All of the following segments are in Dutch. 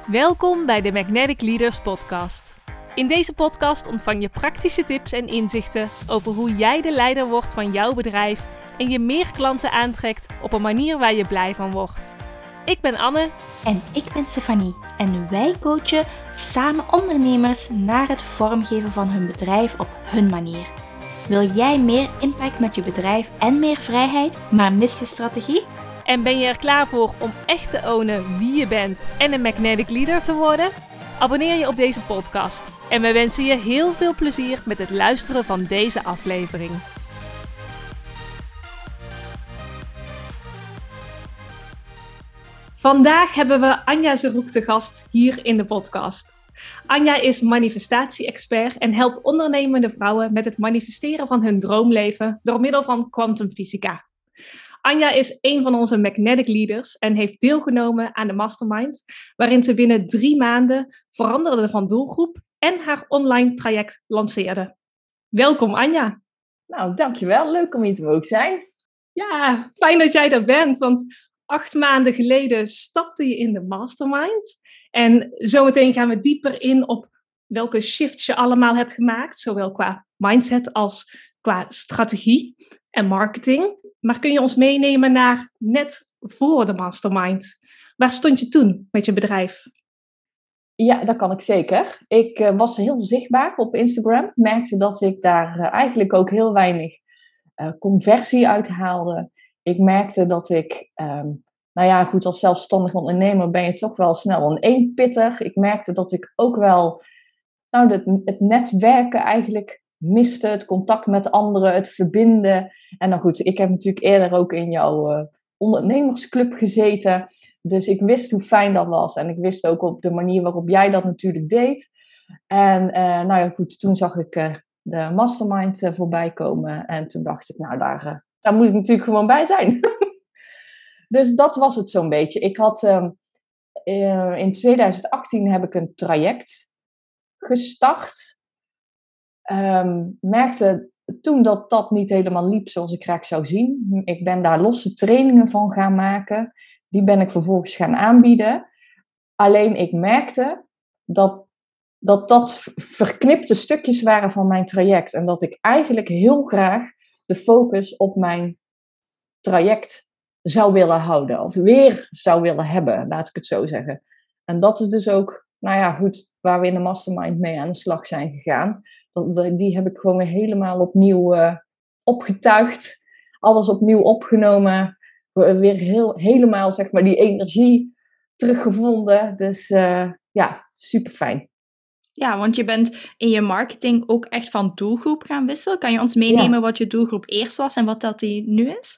Welkom bij de Magnetic Leaders podcast. In deze podcast ontvang je praktische tips en inzichten over hoe jij de leider wordt van jouw bedrijf en je meer klanten aantrekt op een manier waar je blij van wordt. Ik ben Anne. En ik ben Stefanie en wij coachen samen ondernemers naar het vormgeven van hun bedrijf op hun manier. Wil jij meer impact met je bedrijf en meer vrijheid, maar mis je strategie? En ben je er klaar voor om echt te ownen wie je bent en een Magnetic Leader te worden? Abonneer je op deze podcast en we wensen je heel veel plezier met het luisteren van deze aflevering. Vandaag hebben we Anja Zeroek te gast hier in de podcast. Anja is manifestatie-expert en helpt ondernemende vrouwen met het manifesteren van hun droomleven door middel van kwantumfysica. Anja is een van onze Magnetic Leaders en heeft deelgenomen aan de Mastermind, waarin ze binnen 3 maanden veranderde van doelgroep en haar online traject lanceerde. Welkom Anja. Nou, dankjewel. Leuk om hier te mogen zijn. Ja, fijn dat jij er bent, want 8 maanden geleden stapte je in de Mastermind. En zometeen gaan we dieper in op welke shifts je allemaal hebt gemaakt, zowel qua mindset als qua strategie en marketing. Maar kun je ons meenemen naar net voor de Mastermind? Waar stond je toen met je bedrijf? Ja, dat kan ik zeker. Ik was heel zichtbaar op Instagram. Merkte dat ik daar eigenlijk ook heel weinig conversie uit haalde. Ik merkte dat ik, als zelfstandig ondernemer ben je toch wel snel een eenpitter. Ik merkte dat ik ook wel het netwerken eigenlijk miste, het contact met anderen, het verbinden. En dan goed, ik heb natuurlijk eerder ook in jouw ondernemersclub gezeten. Dus ik wist hoe fijn dat was. En ik wist ook op de manier waarop jij dat natuurlijk deed. En toen zag ik de Mastermind voorbij komen. En toen dacht ik, daar moet ik natuurlijk gewoon bij zijn. Dus dat was het zo'n beetje. Ik had in 2018 heb ik een traject gestart. Merkte toen dat dat niet helemaal liep zoals ik graag zou zien. Ik ben daar losse trainingen van gaan maken. Die ben ik vervolgens gaan aanbieden. Alleen ik merkte dat verknipte stukjes waren van mijn traject. En dat ik eigenlijk heel graag de focus op mijn traject zou willen houden. Of weer zou willen hebben, laat ik het zo zeggen. En dat is dus ook, waar we in de Mastermind mee aan de slag zijn gegaan. Die heb ik gewoon weer helemaal opnieuw opgetuigd. Alles opnieuw opgenomen. Weer helemaal, zeg maar, die energie teruggevonden. Dus super fijn. Ja, want je bent in je marketing ook echt van doelgroep gaan wisselen. Kan je ons meenemen wat je doelgroep eerst was en wat dat die nu is?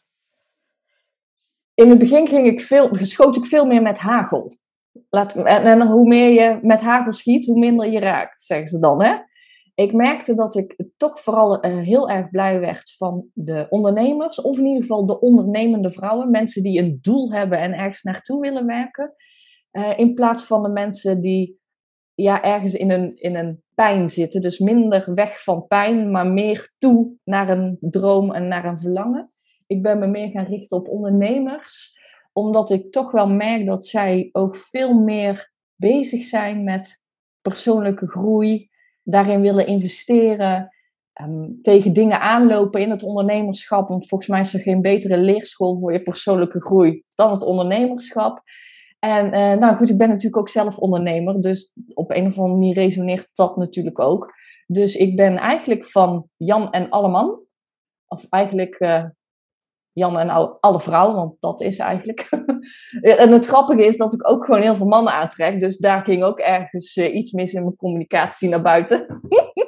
In het begin schoot ik veel meer met hagel. En hoe meer je met hagel schiet, hoe minder je raakt, zeggen ze dan, hè? Ik merkte dat ik toch vooral heel erg blij werd van de ondernemers. Of in ieder geval de ondernemende vrouwen. Mensen die een doel hebben en ergens naartoe willen werken. In plaats van de mensen die ergens in een pijn zitten. Dus minder weg van pijn, maar meer toe naar een droom en naar een verlangen. Ik ben me meer gaan richten op ondernemers. Omdat ik toch wel merk dat zij ook veel meer bezig zijn met persoonlijke groei. Daarin willen investeren. Tegen dingen aanlopen in het ondernemerschap. Want volgens mij is er geen betere leerschool voor je persoonlijke groei dan het ondernemerschap. En ik ben natuurlijk ook zelf ondernemer. Dus op een of andere manier resoneert dat natuurlijk ook. Dus ik ben eigenlijk van Jan en alle man. Of eigenlijk Jan en alle vrouwen, want dat is eigenlijk. En het grappige is dat ik ook gewoon heel veel mannen aantrek. Dus daar ging ook ergens iets mis in mijn communicatie naar buiten.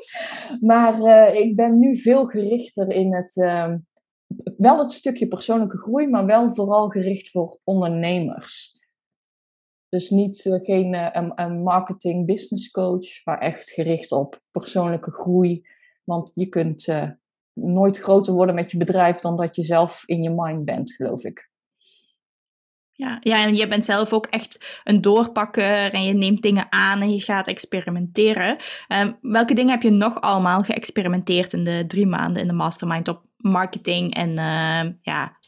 Maar ik ben nu veel gerichter in wel het stukje persoonlijke groei, maar wel vooral gericht voor ondernemers. Dus geen een marketing business coach, maar echt gericht op persoonlijke groei. Want je kunt nooit groter worden met je bedrijf dan dat je zelf in je mind bent, geloof ik. Ja, en je bent zelf ook echt een doorpakker en je neemt dingen aan en je gaat experimenteren. Welke dingen heb je nog allemaal geëxperimenteerd in de 3 maanden in de Mastermind op marketing en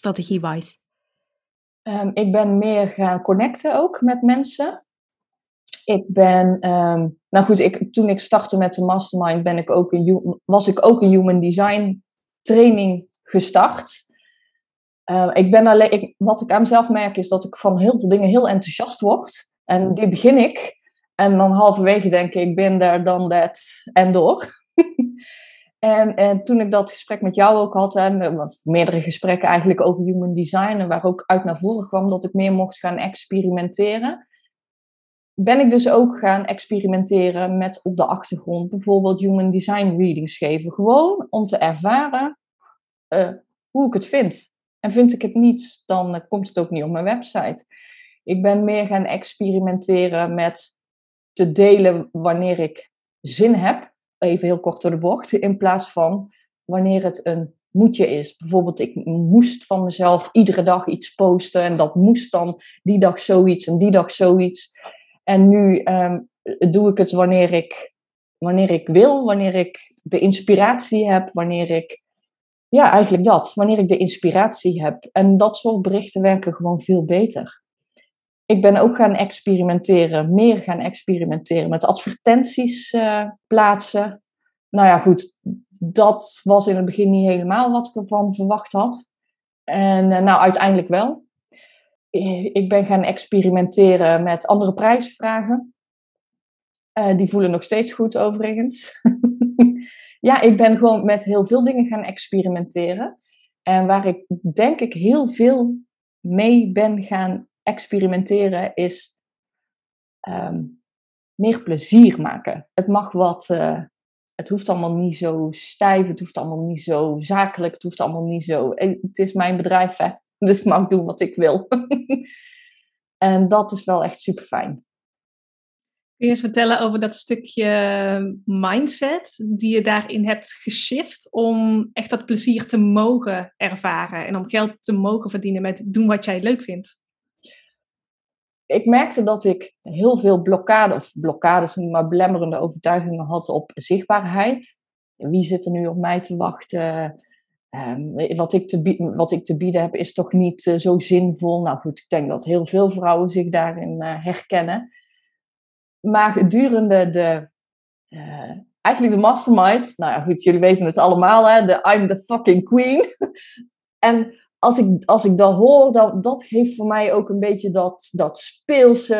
strategie-wise? Ik ben meer gaan connecten ook met mensen. Ik ben, nou goed, toen ik startte met de Mastermind was ik ook een Human Design training gestart. Wat ik aan mezelf merk is dat ik van heel veel dingen heel enthousiast word. En die begin ik. En dan halverwege denk ik ben there, done that en door. En toen ik dat gesprek met jou ook had, meerdere gesprekken eigenlijk over Human Design, en waar ook uit naar voren kwam dat ik meer mocht gaan experimenteren, ben ik dus ook gaan experimenteren met op de achtergrond bijvoorbeeld Human Design readings geven. Gewoon om te ervaren hoe ik het vind. En vind ik het niet, dan komt het ook niet op mijn website. Ik ben meer gaan experimenteren met te delen wanneer ik zin heb. Even heel kort door de bocht. In plaats van wanneer het een moetje is. Bijvoorbeeld, ik moest van mezelf iedere dag iets posten. En dat moest dan die dag zoiets en die dag zoiets. En nu doe ik het wanneer ik wil. Wanneer ik de inspiratie heb. Ja, eigenlijk dat. Wanneer ik de inspiratie heb. En dat soort berichten werken gewoon veel beter. Ik ben ook meer gaan experimenteren met advertenties plaatsen. Nou ja, goed. Dat was in het begin niet helemaal wat ik ervan verwacht had. En nou, uiteindelijk wel. Ik ben gaan experimenteren met andere prijsvragen. Die voelen nog steeds goed, overigens. Ja, ik ben gewoon met heel veel dingen gaan experimenteren. En waar ik denk ik heel veel mee ben gaan experimenteren is meer plezier maken. Het mag het hoeft allemaal niet zo stijf, het hoeft allemaal niet zo zakelijk, het hoeft allemaal niet zo... Het is mijn bedrijf, hè, dus ik mag doen wat ik wil. En dat is wel echt super fijn. Kun je eens vertellen over dat stukje mindset die je daarin hebt geshift om echt dat plezier te mogen ervaren en om geld te mogen verdienen met doen wat jij leuk vindt? Ik merkte dat ik heel veel blokkades, maar belemmerende overtuigingen had op zichtbaarheid. Wie zit er nu op mij te wachten? Wat ik te bieden heb is toch niet zo zinvol. Nou goed, ik denk dat heel veel vrouwen zich daarin herkennen. Maar gedurende eigenlijk de mastermind, nou ja goed, jullie weten het allemaal, hè, I'm the fucking queen. En als ik dat hoor, dat geeft voor mij ook een beetje dat speelse.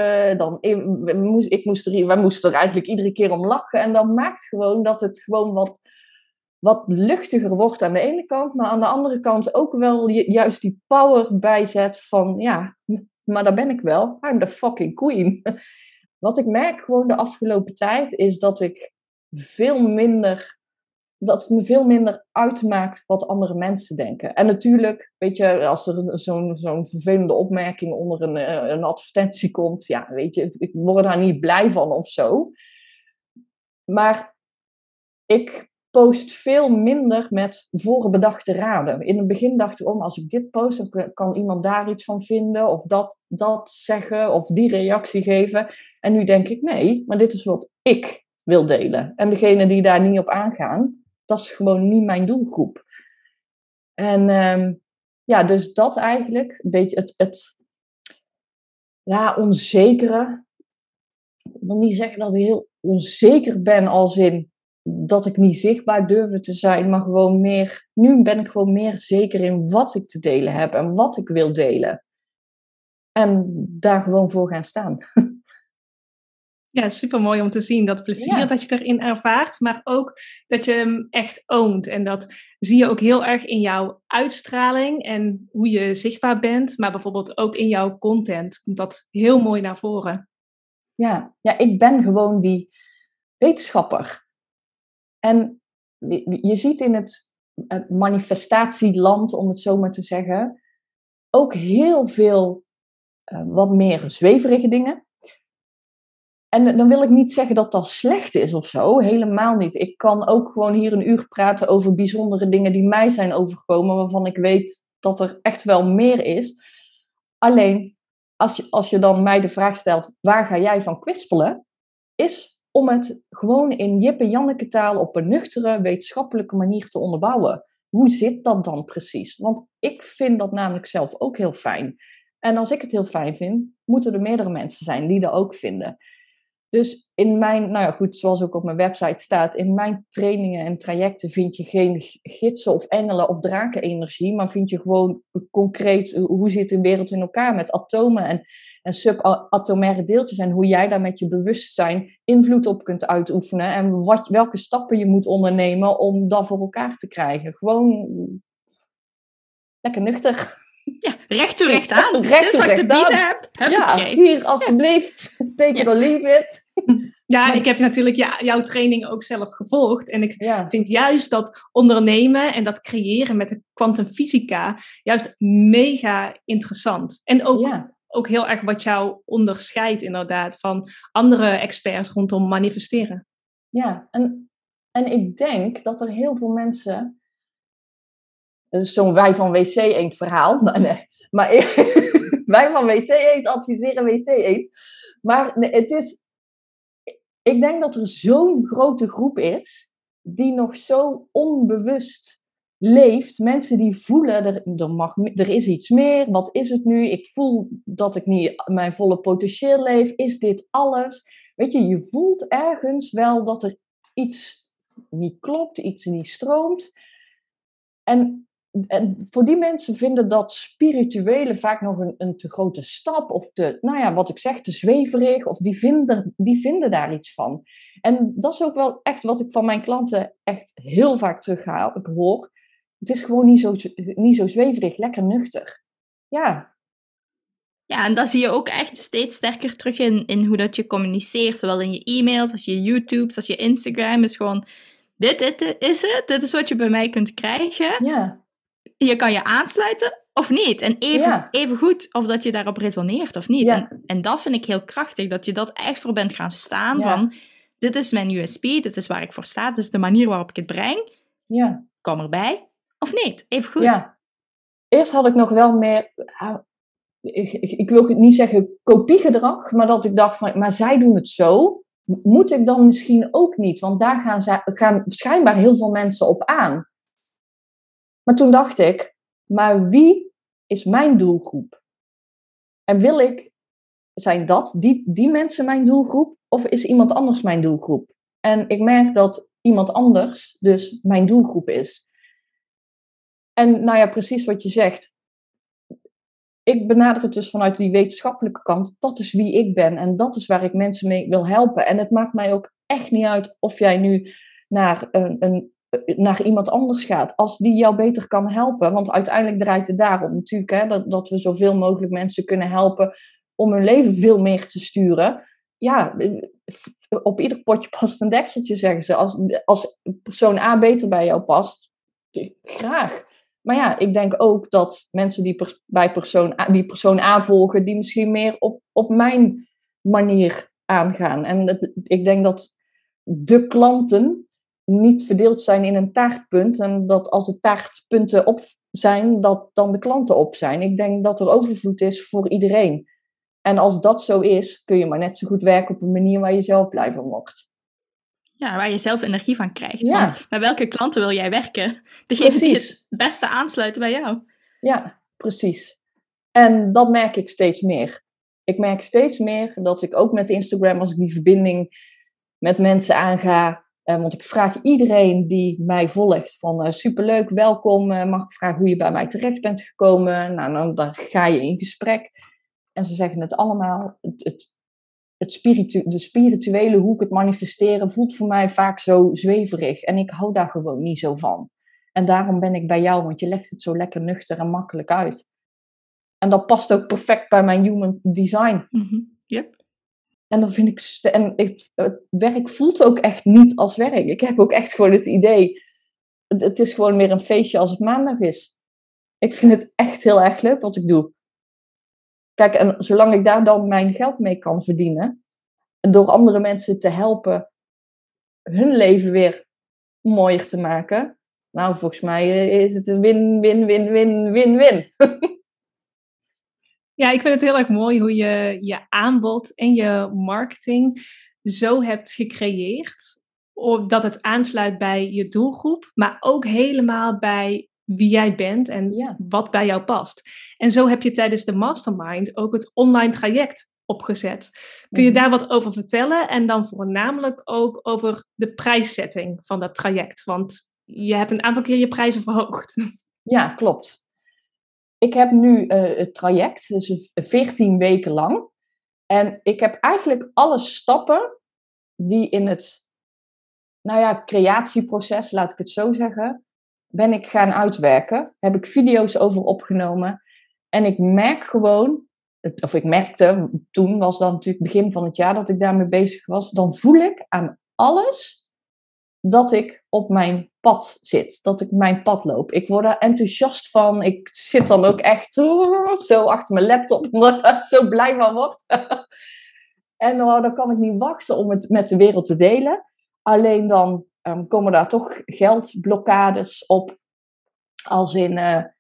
Wij moesten er eigenlijk iedere keer om lachen. En dat maakt gewoon dat het gewoon wat luchtiger wordt aan de ene kant. Maar aan de andere kant ook wel juist die power bijzet van, ja, maar daar ben ik wel. I'm the fucking queen. Wat ik merk gewoon de afgelopen tijd is dat het me veel minder uitmaakt wat andere mensen denken. En natuurlijk, weet je, als er zo'n vervelende opmerking onder een advertentie komt, ja, weet je, ik word daar niet blij van of zo. Maar ik post veel minder met voorbedachte raden. In het begin dacht ik, als ik dit post, dan kan iemand daar iets van vinden, of dat zeggen, of die reactie geven. En nu denk ik, nee, maar dit is wat ik wil delen. En degene die daar niet op aangaan, dat is gewoon niet mijn doelgroep. En dus dat eigenlijk, een beetje het onzekere. Ik wil niet zeggen dat ik heel onzeker ben als in dat ik niet zichtbaar durfde te zijn, maar gewoon meer, nu ben ik gewoon meer zeker in wat ik te delen heb en wat ik wil delen. En daar gewoon voor gaan staan. Ja, super mooi om te zien. Dat plezier dat je erin ervaart, maar ook dat je hem echt oont. En dat zie je ook heel erg in jouw uitstraling en hoe je zichtbaar bent. Maar bijvoorbeeld ook in jouw content komt dat heel mooi naar voren. Ja, ik ben gewoon die wetenschapper. En je ziet in het manifestatieland, om het zo maar te zeggen, ook heel veel wat meer zweverige dingen. En dan wil ik niet zeggen dat dat slecht is of zo, helemaal niet. Ik kan ook gewoon hier een uur praten over bijzondere dingen die mij zijn overgekomen, waarvan ik weet dat er echt wel meer is. Alleen, als je dan mij de vraag stelt, waar ga jij van kwispelen? Is om het gewoon in Jip en Janneke taal op een nuchtere, wetenschappelijke manier te onderbouwen. Hoe zit dat dan precies? Want ik vind dat namelijk zelf ook heel fijn. En als ik het heel fijn vind, moeten er meerdere mensen zijn die dat ook vinden. Dus in mijn, nou ja goed, zoals ook op mijn website staat, in mijn trainingen en trajecten vind je geen gidsen of engelen of drakenenergie, maar vind je gewoon concreet hoe zit de wereld in elkaar met atomen en subatomaire deeltjes en hoe jij daar met je bewustzijn invloed op kunt uitoefenen en welke stappen je moet ondernemen om dat voor elkaar te krijgen. Gewoon lekker nuchter. Ja, recht toe recht aan. Recht toe wat ik te recht bieden aan. heb. Ja, hier alsjeblieft. Take it or leave it. Ja, en ik heb natuurlijk jouw training ook zelf gevolgd. En ik Ja. vind juist dat ondernemen en dat creëren met de kwantumfysica juist mega interessant. En ook heel erg wat jou onderscheidt inderdaad van andere experts rondom manifesteren. Ja, en ik denk dat er heel veel mensen... Dat is zo'n wij van WC-eend verhaal. Maar wij van WC-eend adviseren WC-eend. Maar nee, het is... Ik denk dat er zo'n grote groep is die nog zo onbewust leeft. Mensen die voelen, er is iets meer. Wat is het nu? Ik voel dat ik niet mijn volle potentieel leef. Is dit alles? Weet je voelt ergens wel dat er iets niet klopt, iets niet stroomt. En voor die mensen vinden dat spirituele vaak nog een te grote stap. Of wat ik zeg, te zweverig. Of die vinden daar iets van. En dat is ook wel echt wat ik van mijn klanten echt heel vaak terughaal. Ik hoor, het is gewoon niet zo zweverig, lekker nuchter. Ja. Ja, en dat zie je ook echt steeds sterker terug in hoe dat je communiceert. Zowel in je e-mails, als je YouTube's, als je Instagram. Is gewoon, dit is het. Dit is wat je bij mij kunt krijgen. Ja. Je kan je aansluiten of niet. En even goed of dat je daarop resoneert of niet. Ja. En dat vind ik heel krachtig. Dat je dat echt voor bent gaan staan. Ja. Van, dit is mijn USP. Dit is waar ik voor sta. Dit is de manier waarop ik het breng. Ja. Kom erbij. Of niet. Even goed. Ja. Eerst had ik nog wel meer... Ik wil niet zeggen kopiegedrag. Maar dat ik dacht van... Maar zij doen het zo. Moet ik dan misschien ook niet? Want daar gaan schijnbaar heel veel mensen op aan. Maar toen dacht ik, maar wie is mijn doelgroep? En zijn die mensen mijn doelgroep? Of is iemand anders mijn doelgroep? En ik merk dat iemand anders dus mijn doelgroep is. En nou ja, precies wat je zegt. Ik benader het dus vanuit die wetenschappelijke kant. Dat is wie ik ben en dat is waar ik mensen mee wil helpen. En het maakt mij ook echt niet uit of jij nu naar iemand anders gaat, als die jou beter kan helpen. Want uiteindelijk draait het daarom natuurlijk, hè, dat we zoveel mogelijk mensen kunnen helpen om hun leven veel meer te sturen. Ja, op ieder potje past een dekseltje, zeggen ze. Als persoon A beter bij jou past, graag. Maar ja, ik denk ook dat mensen die persoon A volgen, die misschien meer op mijn manier aangaan. En ik denk dat de klanten niet verdeeld zijn in een taartpunt. En dat als de taartpunten op zijn, dat dan de klanten op zijn. Ik denk dat er overvloed is voor iedereen. En als dat zo is, kun je maar net zo goed werken op een manier waar je zelf blij van wordt. Ja, waar je zelf energie van krijgt. Ja. Want met welke klanten wil jij werken? Degene die het beste aansluiten bij jou. Ja, precies. En dat merk ik steeds meer. Ik merk steeds meer dat ik ook met Instagram, als ik die verbinding met mensen aanga, want ik vraag iedereen die mij volgt van superleuk, welkom, mag ik vragen hoe je bij mij terecht bent gekomen? Nou, dan ga je in gesprek. En ze zeggen het allemaal, de spirituele hoek, het manifesteren, voelt voor mij vaak zo zweverig. En ik hou daar gewoon niet zo van. En daarom ben ik bij jou, want je legt het zo lekker nuchter en makkelijk uit. En dat past ook perfect bij mijn human design. Mm-hmm. Yep. En dan vind het werk voelt ook echt niet als werk. Ik heb ook echt gewoon het idee, het is gewoon meer een feestje als het maandag is. Ik vind het echt heel erg leuk wat ik doe. Kijk, en zolang ik daar dan mijn geld mee kan verdienen, en door andere mensen te helpen hun leven weer mooier te maken, nou, volgens mij is het een win-win-win-win-win-win. Ja, ik vind het heel erg mooi hoe je je aanbod en je marketing zo hebt gecreëerd, dat het aansluit bij je doelgroep, maar ook helemaal bij wie jij bent en wat bij jou past. En zo heb je tijdens de mastermind ook het online traject opgezet. Kun je daar wat over vertellen? En dan voornamelijk ook over de prijszetting van dat traject. Want je hebt een aantal keer je prijzen verhoogd. Ja, klopt. Ik heb nu het traject, dus 14 weken lang. En ik heb eigenlijk alle stappen die in het creatieproces, laat ik het zo zeggen, ben ik gaan uitwerken. Heb ik video's over opgenomen. En ik merk gewoon, ik merkte, toen was dan natuurlijk begin van het jaar dat ik daarmee bezig was, dan voel ik aan alles dat ik op mijn pad zit. Dat ik mijn pad loop. Ik word er enthousiast van. Ik zit dan ook echt zo achter mijn laptop, omdat ik er zo blij van word. En dan kan ik niet wachten om het met de wereld te delen. Alleen dan komen daar toch geldblokkades op. Als in,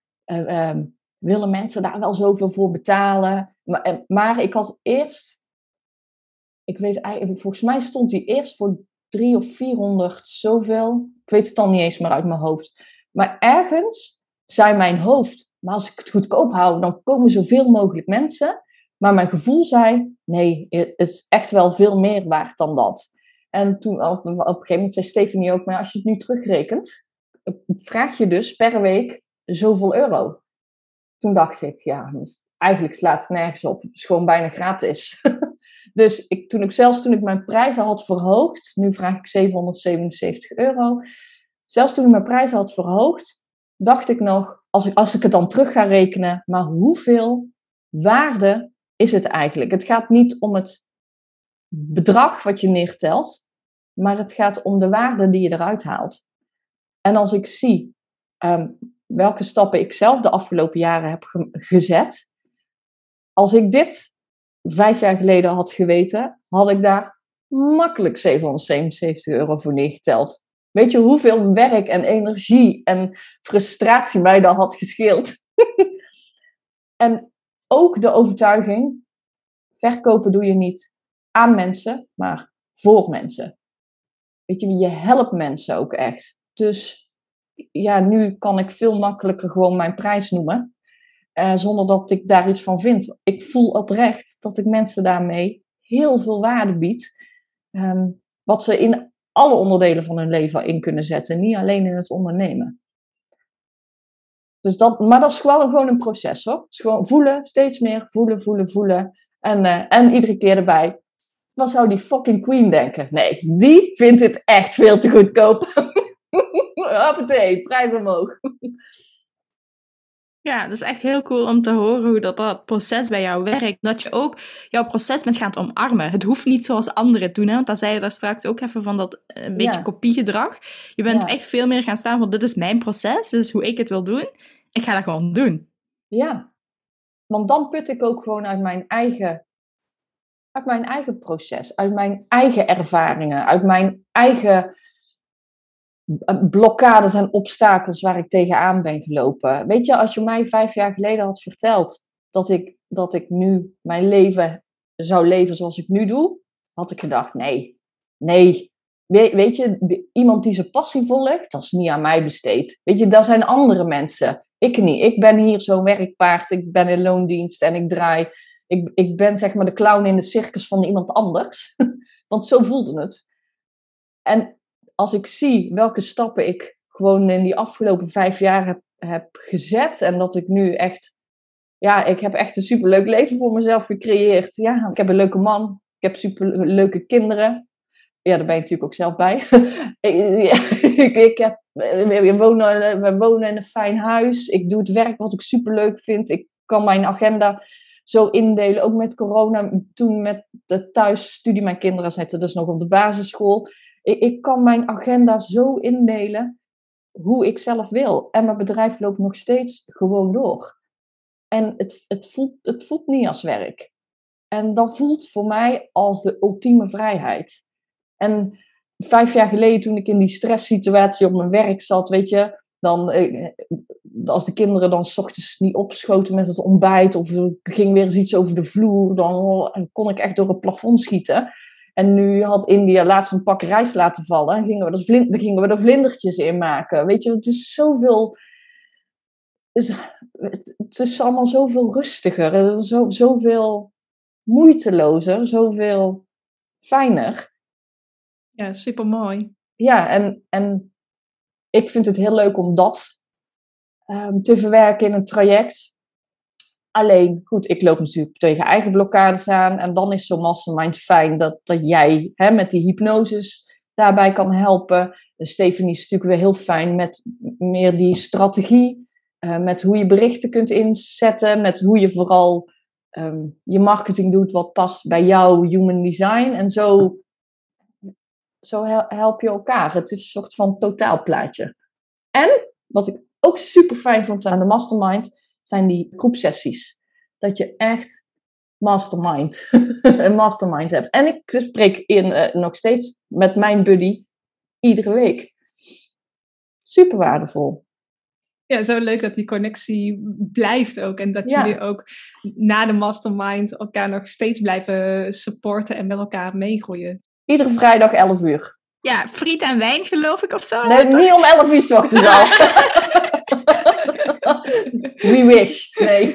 willen mensen daar wel zoveel voor betalen? Maar ik had eerst, ik weet eigenlijk, volgens mij stond die eerst voor 300 of 400 zoveel. Ik weet het dan niet eens meer uit mijn hoofd. Maar ergens zei mijn hoofd, maar als ik het goedkoop hou, dan komen zoveel mogelijk mensen. Maar mijn gevoel zei, nee, het is echt wel veel meer waard dan dat. En toen op een gegeven moment zei Stephanie ook, maar als je het nu terugrekent, vraag je dus per week zoveel euro. Toen dacht ik, ja, eigenlijk slaat het nergens op. Het is gewoon bijna gratis. Dus toen ik mijn prijzen had verhoogd, nu vraag ik 777 euro. Zelfs toen ik mijn prijzen had verhoogd, dacht ik nog, als ik het dan terug ga rekenen, maar hoeveel waarde is het eigenlijk? Het gaat niet om het bedrag wat je neertelt, maar het gaat om de waarde die je eruit haalt. En als ik zie welke stappen ik zelf de afgelopen jaren heb gezet, als ik dit 5 jaar geleden had geweten, had ik daar makkelijk 777 euro voor neergeteld. Weet je hoeveel werk en energie en frustratie mij dat had gescheeld? En ook de overtuiging, verkopen doe je niet aan mensen, maar voor mensen. Weet je helpt mensen ook echt. Dus ja, nu kan ik veel makkelijker gewoon mijn prijs noemen. Zonder dat ik daar iets van vind. Ik voel oprecht dat ik mensen daarmee heel veel waarde bied. Wat ze in alle onderdelen van hun leven in kunnen zetten. Niet alleen in het ondernemen. Dus maar dat is gewoon een proces hoor. Het is gewoon voelen, steeds meer voelen. En iedere keer erbij. Wat zou die fucking queen denken? Nee, die vindt het echt veel te goedkoop. Hoppatee, prijs omhoog. Ja, dat is echt heel cool om te horen hoe dat proces bij jou werkt. Dat je ook jouw proces bent gaan omarmen. Het hoeft niet zoals anderen doen, hè? Want daar zei je daar straks ook even van dat een beetje kopiegedrag. Je bent echt veel meer gaan staan van dit is mijn proces, dit is hoe ik het wil doen. Ik ga dat gewoon doen. Ja, want dan put ik ook gewoon uit mijn eigen proces, uit mijn eigen ervaringen, uit mijn eigen blokkades en obstakels waar ik tegenaan ben gelopen. Weet je, als je mij 5 jaar geleden had verteld dat ik nu mijn leven zou leven zoals ik nu doe, had ik gedacht, nee. Weet je, iemand die zijn passie volgt, dat is niet aan mij besteed. Weet je, dat zijn andere mensen. Ik niet. Ik ben hier zo'n werkpaard, ik ben in loondienst en ik draai. Ik ben zeg maar de clown in de circus van iemand anders. Want zo voelde het. En als ik zie welke stappen ik gewoon in die afgelopen 5 jaar heb gezet. En dat ik nu echt, ik heb echt een superleuk leven voor mezelf gecreëerd. Ja, ik heb een leuke man. Ik heb superleuke kinderen. Ja, daar ben je natuurlijk ook zelf bij. We wonen in een fijn huis. Ik doe het werk wat ik superleuk vind. Ik kan mijn agenda zo indelen. Ook met corona. Toen met de thuisstudie. Mijn kinderen zitten dus nog op de basisschool. Ik kan mijn agenda zo indelen hoe ik zelf wil. En mijn bedrijf loopt nog steeds gewoon door. En het voelt niet als werk. En dat voelt voor mij als de ultieme vrijheid. En 5 jaar geleden, toen ik in die stresssituatie op mijn werk zat, weet je, dan als de kinderen dan 's ochtends niet opschoten met het ontbijt, of er ging weer eens iets over de vloer, dan kon ik echt door het plafond schieten. En nu had India laatst een pak rijst laten vallen, en gingen we er vlindertjes in maken. Weet je, het is zoveel. Het is allemaal zoveel rustiger, zoveel moeitelozer, zoveel fijner. Ja, supermooi. Ja, en ik vind het heel leuk om dat te verwerken in een traject. Alleen, goed, ik loop natuurlijk tegen eigen blokkades aan. En dan is zo'n mastermind fijn dat jij met die hypnoses daarbij kan helpen. Stephanie is natuurlijk weer heel fijn met meer die strategie. Met hoe je berichten kunt inzetten. Met hoe je vooral je marketing doet wat past bij jouw human design. En zo help je elkaar. Het is een soort van totaalplaatje. En wat ik ook super fijn vond aan de mastermind, zijn die groepsessies. Dat je echt een mastermind hebt. En ik spreek nog steeds met mijn buddy iedere week. Super waardevol. Ja, zo leuk dat die connectie blijft ook. En dat jullie ook na de mastermind elkaar nog steeds blijven supporten en met elkaar meegroeien. Iedere vrijdag 11 uur. Ja, friet en wijn geloof ik of zo. Nee, niet om 11 uur 's ochtends al. We wish. Nee.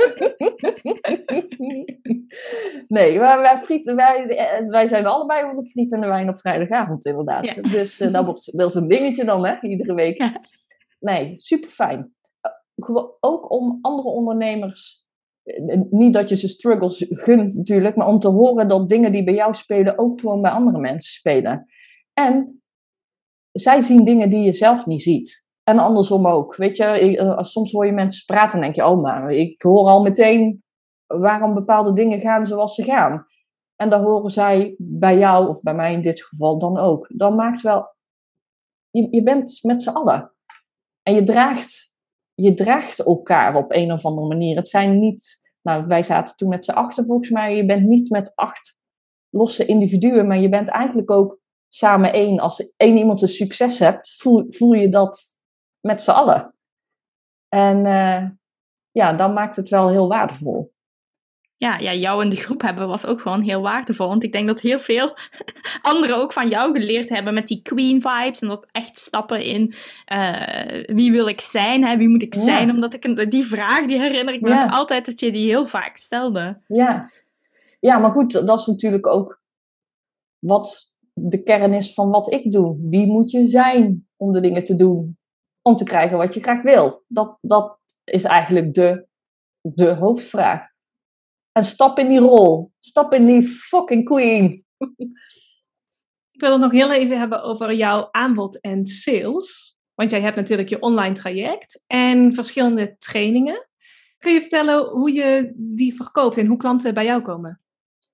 Nee, maar wij zijn allebei voor de friet en de wijn op vrijdagavond inderdaad. Ja. Dus dat wordt wel zo'n dingetje dan, hè, iedere week. Ja. Nee, super fijn. Ook om andere ondernemers, niet dat je ze struggles gunt natuurlijk, maar om te horen dat dingen die bij jou spelen ook gewoon bij andere mensen spelen. En zij zien dingen die je zelf niet ziet. En andersom ook. Weet je, soms hoor je mensen praten en denk je, oh maar ik hoor al meteen waarom bepaalde dingen gaan zoals ze gaan. En dan horen zij bij jou, of bij mij in dit geval dan ook. Dan maakt wel, je bent met z'n allen. En je draagt elkaar op een of andere manier. Het zijn niet, wij zaten toen met z'n 8 volgens mij. Je bent niet met 8 losse individuen, maar je bent eigenlijk ook samen één. Als één iemand een succes hebt, voel je dat met z'n allen. En dan maakt het wel heel waardevol. Ja, jou in de groep hebben was ook gewoon heel waardevol. Want ik denk dat heel veel anderen ook van jou geleerd hebben met die queen vibes. En dat echt stappen in wie wil ik zijn, hè? Wie moet ik zijn? Omdat ik die vraag, die herinner ik me nog altijd dat je die heel vaak stelde. Ja, maar goed, dat is natuurlijk ook wat de kern is van wat ik doe. Wie moet je zijn om de dingen te doen? Om te krijgen wat je graag wil. Dat is eigenlijk de hoofdvraag. En stap in die rol. Stap in die fucking queen. Ik wil het nog heel even hebben over jouw aanbod en sales. Want jij hebt natuurlijk je online traject en verschillende trainingen. Kun je vertellen hoe je die verkoopt en hoe klanten bij jou komen?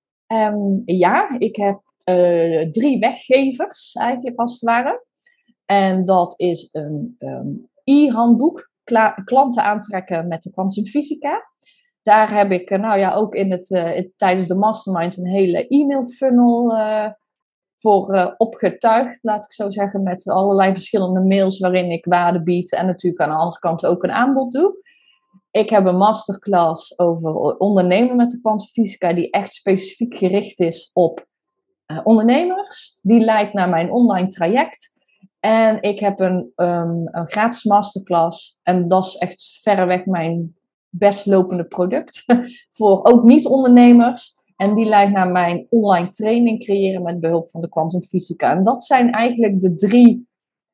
Ik heb 3 weggevers eigenlijk als het ware. En dat is een e-handboek. Klanten aantrekken met de kwantumfysica. Daar heb ik ook tijdens de mastermind een hele e-mail funnel voor opgetuigd, laat ik zo zeggen, met allerlei verschillende mails waarin ik waarde bied en natuurlijk aan de andere kant ook een aanbod doe. Ik heb een masterclass over ondernemen met de kwantumfysica die echt specifiek gericht is op ondernemers. Die leidt naar mijn online traject. En ik heb een gratis masterclass en dat is echt verreweg mijn best lopende product voor ook niet-ondernemers. En die leidt naar mijn online training creëren met behulp van de kwantumfysica. En dat zijn eigenlijk de 3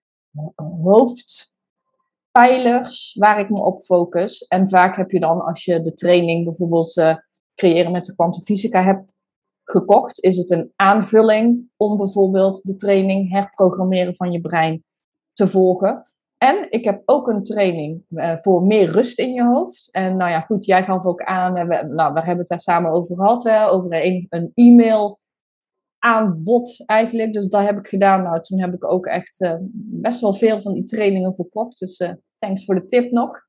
hoofdpijlers waar ik me op focus. En vaak heb je dan, als je de training bijvoorbeeld creëren met de kwantumfysica hebt gekocht, is het een aanvulling om bijvoorbeeld de training herprogrammeren van je brein te volgen. En ik heb ook een training voor meer rust in je hoofd. En goed, jij gaf ook aan, we hebben het daar samen over gehad, over een e-mail aanbod eigenlijk. Dus dat heb ik gedaan. Toen heb ik ook echt best wel veel van die trainingen verkocht. Dus thanks voor de tip nog.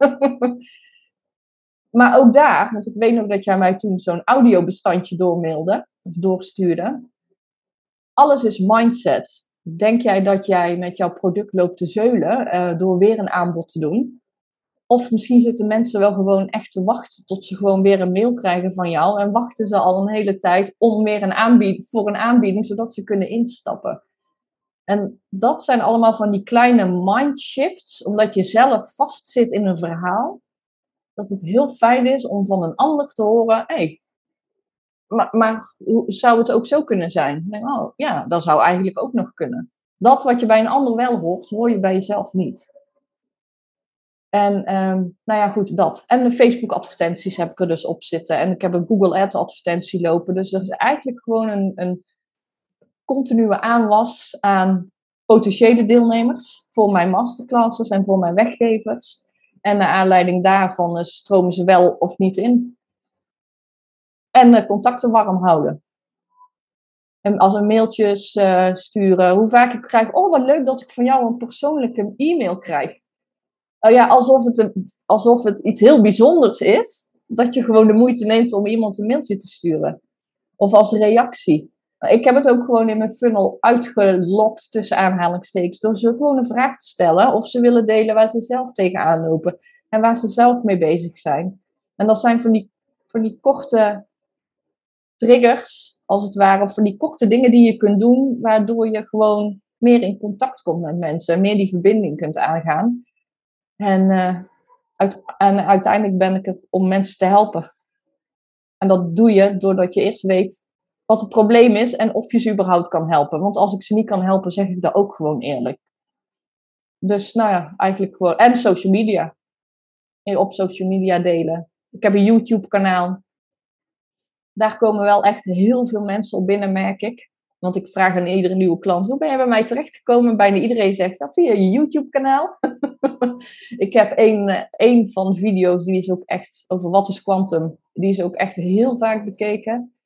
Maar ook daar, want ik weet nog dat jij mij toen zo'n audiobestandje doorstuurde. Alles is mindset. Denk jij dat jij met jouw product loopt te zeulen door weer een aanbod te doen? Of misschien zitten mensen wel gewoon echt te wachten tot ze gewoon weer een mail krijgen van jou. En wachten ze al een hele tijd om weer voor een aanbieding, zodat ze kunnen instappen. En dat zijn allemaal van die kleine mindshifts, omdat je zelf vastzit in een verhaal. Dat het heel fijn is om van een ander te horen, hey, maar hoe zou het ook zo kunnen zijn? Ik denk, oh ja, dat zou eigenlijk ook nog kunnen. Dat wat je bij een ander wel hoort, hoor je bij jezelf niet. En nou ja, goed, dat. En de Facebook advertenties heb ik er dus op zitten. En ik heb een Google Ads advertentie lopen. Dus er is eigenlijk gewoon een continue aanwas aan potentiële deelnemers voor mijn masterclasses en voor mijn weggevers. En naar aanleiding daarvan stromen ze wel of niet in. En contacten warm houden. En als een mailtjes sturen. Hoe vaak ik krijg, oh wat leuk dat ik van jou een persoonlijke e-mail krijg. Ja, alsof het iets heel bijzonders is. Dat je gewoon de moeite neemt om iemand een mailtje te sturen. Of als reactie. Ik heb het ook gewoon in mijn funnel uitgelokt tussen aanhalingstekens. Door ze gewoon een vraag te stellen. Of ze willen delen waar ze zelf tegenaan lopen. En waar ze zelf mee bezig zijn. En dat zijn van die korte triggers, als het ware. Of van die korte dingen die je kunt doen. Waardoor je gewoon meer in contact komt met mensen. Meer die verbinding kunt aangaan. En uiteindelijk ben ik er om mensen te helpen. En dat doe je doordat je eerst weet wat het probleem is en of je ze überhaupt kan helpen. Want als ik ze niet kan helpen, zeg ik dat ook gewoon eerlijk. Dus nou ja, eigenlijk gewoon. En social media. Op social media delen. Ik heb een YouTube kanaal. Daar komen wel echt heel veel mensen op binnen, merk ik. Want ik vraag aan iedere nieuwe klant, hoe ben je bij mij terechtgekomen? Bijna iedereen zegt dat via je YouTube kanaal. Ik heb één van video's, die is ook echt over wat is quantum. Die is ook echt heel vaak bekeken.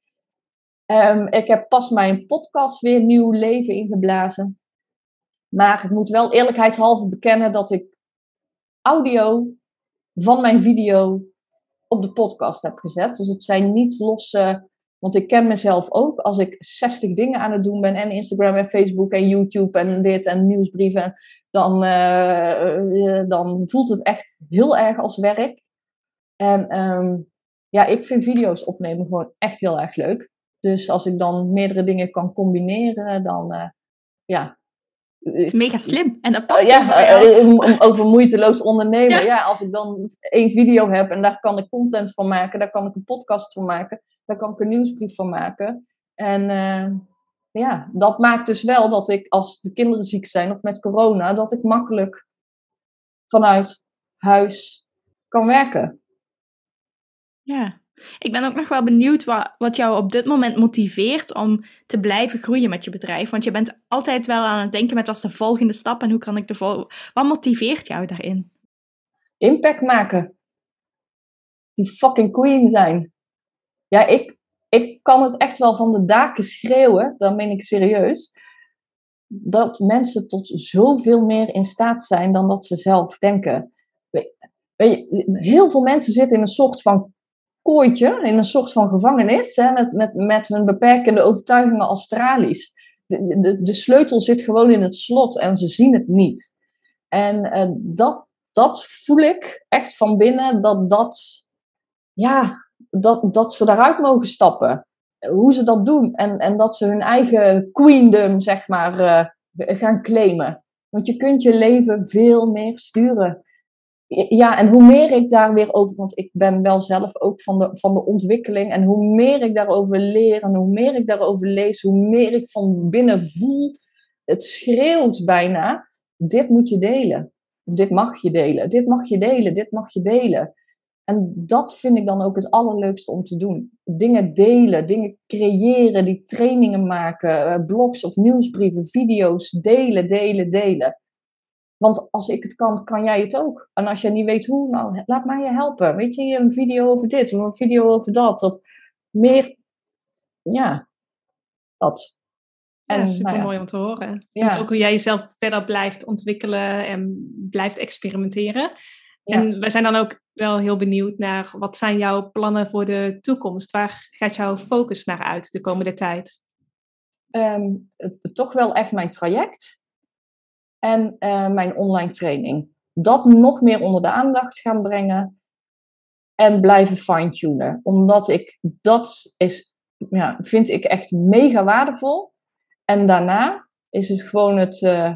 Ik heb pas mijn podcast weer nieuw leven ingeblazen. Maar ik moet wel eerlijkheidshalve bekennen dat ik audio van mijn video op de podcast heb gezet. Dus het zijn niet losse. Want ik ken mezelf ook. Als ik 60 dingen aan het doen ben. En Instagram en Facebook en YouTube en dit en nieuwsbrieven. Dan voelt het echt heel erg als werk. En ja, ik vind video's opnemen gewoon echt heel erg leuk. Dus als ik dan meerdere dingen kan combineren, dan ja. Het is mega slim. En dat past over moeiteloos ondernemen. Ja, als ik dan 1 video heb en daar kan ik content van maken. Daar kan ik een podcast van maken. Daar kan ik een nieuwsbrief van maken. En ja, dat maakt dus wel dat ik, als de kinderen ziek zijn of met corona, dat ik makkelijk vanuit huis kan werken. Ja, ik ben ook nog wel benieuwd wat jou op dit moment motiveert om te blijven groeien met je bedrijf. Want je bent altijd wel aan het denken met wat is de volgende stap en hoe kan ik Wat motiveert jou daarin? Impact maken. Die fucking queen zijn. Ja, ik kan het echt wel van de daken schreeuwen, dan meen ik serieus, dat mensen tot zoveel meer in staat zijn dan dat ze zelf denken. Heel veel mensen zitten in een soort van kooitje, in een soort van gevangenis, hè, met hun beperkende overtuigingen als tralies. De sleutel zit gewoon in het slot en ze zien het niet. En dat voel ik echt van binnen, dat ze daaruit mogen stappen. Hoe ze dat doen. En dat ze hun eigen queendom, zeg maar, gaan claimen. Want je kunt je leven veel meer sturen. Ja, en hoe meer ik daar weer over... Want ik ben wel zelf ook van de ontwikkeling. En hoe meer ik daarover leer en hoe meer ik daarover lees, hoe meer ik van binnen voel. Het schreeuwt bijna. Dit moet je delen. Dit mag je delen. Dit mag je delen. Dit mag je delen. En dat vind ik dan ook het allerleukste om te doen. Dingen delen, dingen creëren, die trainingen maken, blogs of nieuwsbrieven, video's, delen. Want als ik het kan, kan jij het ook. En als je niet weet hoe, nou, laat mij je helpen. Weet je, een video over dit of een video over dat. Of meer, ja, dat. En, ja, super mooi om te horen. Ja. En ook hoe jij jezelf verder blijft ontwikkelen en blijft experimenteren. Ja. En wij zijn dan ook wel heel benieuwd naar wat zijn jouw plannen voor de toekomst? Waar gaat jouw focus naar uit de komende tijd? Toch wel echt mijn traject en mijn online training. Dat nog meer onder de aandacht gaan brengen en blijven fine-tunen. Omdat vind ik echt mega waardevol. En daarna is het gewoon het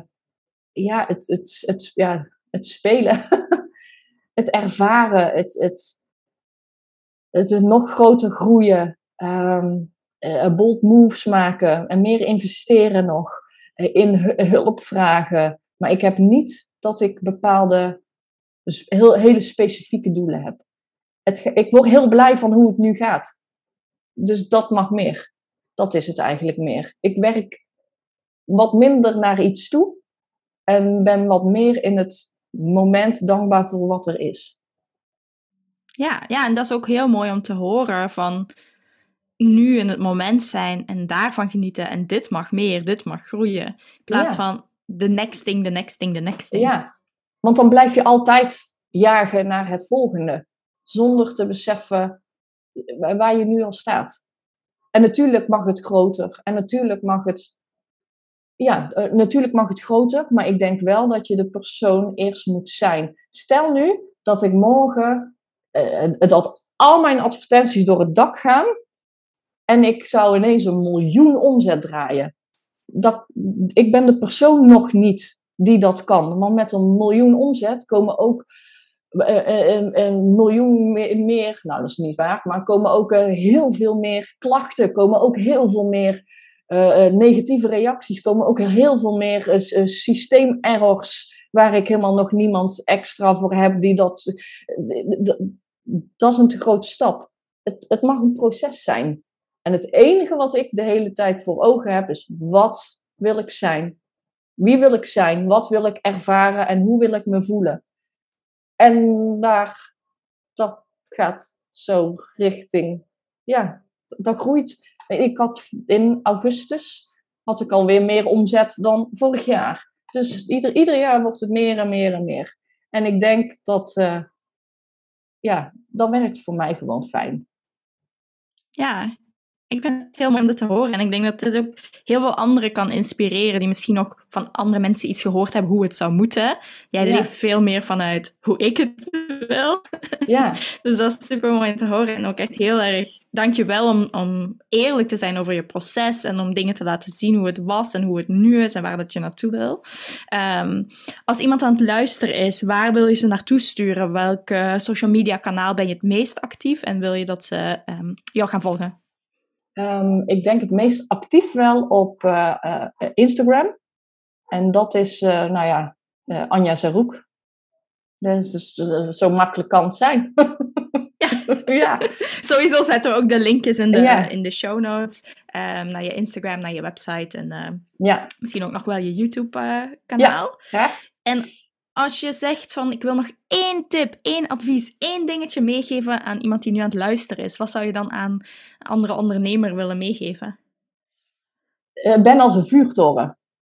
spelen. Het ervaren, het nog groter groeien bold moves maken en meer investeren nog, in hulp vragen. Maar ik heb niet dat ik bepaalde hele specifieke doelen heb. Ik word heel blij van hoe het nu gaat. Dus dat mag meer. Dat is het eigenlijk meer. Ik werk wat minder naar iets toe en ben wat meer in het moment dankbaar voor wat er is. Ja, en dat is ook heel mooi om te horen van nu in het moment zijn en daarvan genieten en dit mag meer, dit mag groeien. In plaats van the next thing, the next thing, the next thing. Ja, want dan blijf je altijd jagen naar het volgende, zonder te beseffen waar je nu al staat. En natuurlijk mag het groter en natuurlijk mag het groter, maar ik denk wel dat je de persoon eerst moet zijn. Stel nu dat ik morgen dat al mijn advertenties door het dak gaan en ik zou ineens 1 miljoen omzet draaien. Ik ben de persoon nog niet die dat kan. Want met 1 miljoen omzet komen ook 1 miljoen meer, nou dat is niet waar, maar komen ook heel veel meer klachten, komen ook heel veel meer negatieve reacties, komen ook heel veel meer systeemerrors waar ik helemaal nog niemand extra voor heb die dat is een te grote stap. Het mag een proces zijn. En het enige wat ik de hele tijd voor ogen heb is, wat wil ik zijn? Wie wil ik zijn? Wat wil ik ervaren? En hoe wil ik me voelen? En dat gaat zo richting, dat groeit. Ik had in augustus alweer meer omzet dan vorig jaar. Dus ieder jaar wordt het meer en meer en meer. En ik denk dat werkt voor mij gewoon fijn. Ja, ik vind het heel mooi om dit te horen. En ik denk dat dit ook heel veel anderen kan inspireren die misschien nog van andere mensen iets gehoord hebben hoe het zou moeten. Jij leeft veel meer vanuit hoe ik het wil. Ja. Dus dat is super mooi om te horen. En ook echt heel erg dankjewel om eerlijk te zijn over je proces en om dingen te laten zien hoe het was en hoe het nu is en waar dat je naartoe wil. Als iemand aan het luisteren is, waar wil je ze naartoe sturen? Welk social media kanaal ben je het meest actief en wil je dat ze jou gaan volgen? Ik denk het meest actief wel op Instagram. En dat is, Anja Zeroek. Dus zo makkelijk kan het zijn. Ja. Sowieso zetten we ook de linkjes in de show notes. Naar je Instagram, naar je website. En misschien ook nog wel je YouTube kanaal. Ja. En als je zegt van, ik wil nog 1 tip, 1 advies, 1 dingetje meegeven aan iemand die nu aan het luisteren is, wat zou je dan aan een andere ondernemer willen meegeven? Ben als een vuurtoren.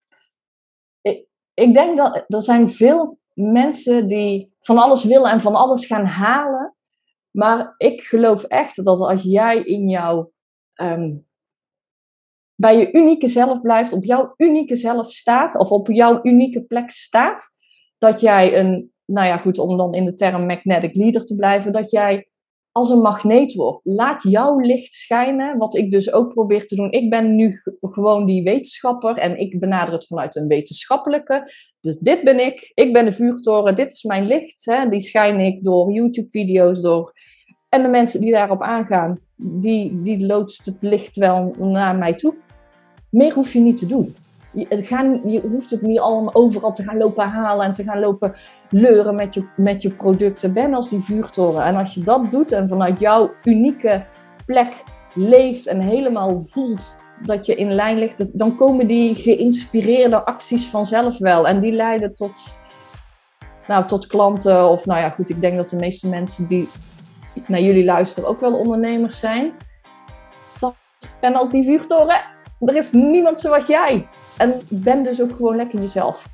Ik denk dat er zijn veel mensen die van alles willen en van alles gaan halen. Maar ik geloof echt dat als jij in jouw bij je unieke zelf blijft, op jouw unieke zelf staat, of op jouw unieke plek staat, dat jij om dan in de term magnetic leader te blijven, dat jij als een magneet wordt. Laat jouw licht schijnen, wat ik dus ook probeer te doen. Ik ben nu gewoon die wetenschapper en ik benader het vanuit een wetenschappelijke. Dus dit ben ik. Ik ben de vuurtoren, dit is mijn licht. Hè? Die schijn ik door YouTube-video's, En de mensen die daarop aangaan, die loodst het licht wel naar mij toe. Meer hoef je niet te doen. Je hoeft het niet allemaal overal te gaan lopen halen en te gaan lopen leuren met je producten. Ben als die vuurtoren. En als je dat doet en vanuit jouw unieke plek leeft en helemaal voelt dat je in lijn ligt, dan komen die geïnspireerde acties vanzelf wel. En die leiden tot klanten. Of ik denk dat de meeste mensen die naar jullie luisteren ook wel ondernemers zijn. Ben als die vuurtoren. Er is niemand zoals jij. En ben dus ook gewoon lekker jezelf.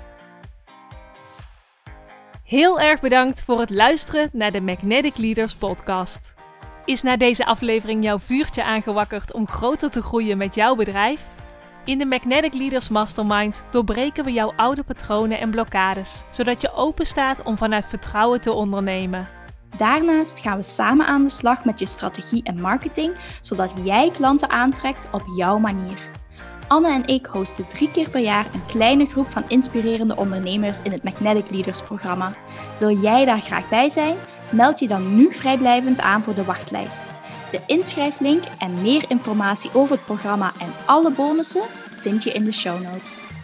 Heel erg bedankt voor het luisteren naar de Magnetic Leaders podcast. Is na deze aflevering jouw vuurtje aangewakkerd om groter te groeien met jouw bedrijf? In de Magnetic Leaders Mastermind doorbreken we jouw oude patronen en blokkades, zodat je open staat om vanuit vertrouwen te ondernemen. Daarnaast gaan we samen aan de slag met je strategie en marketing, zodat jij klanten aantrekt op jouw manier. Anne en ik hosten 3 keer per jaar een kleine groep van inspirerende ondernemers in het Magnetic Leaders programma. Wil jij daar graag bij zijn? Meld je dan nu vrijblijvend aan voor de wachtlijst. De inschrijflink en meer informatie over het programma en alle bonussen vind je in de show notes.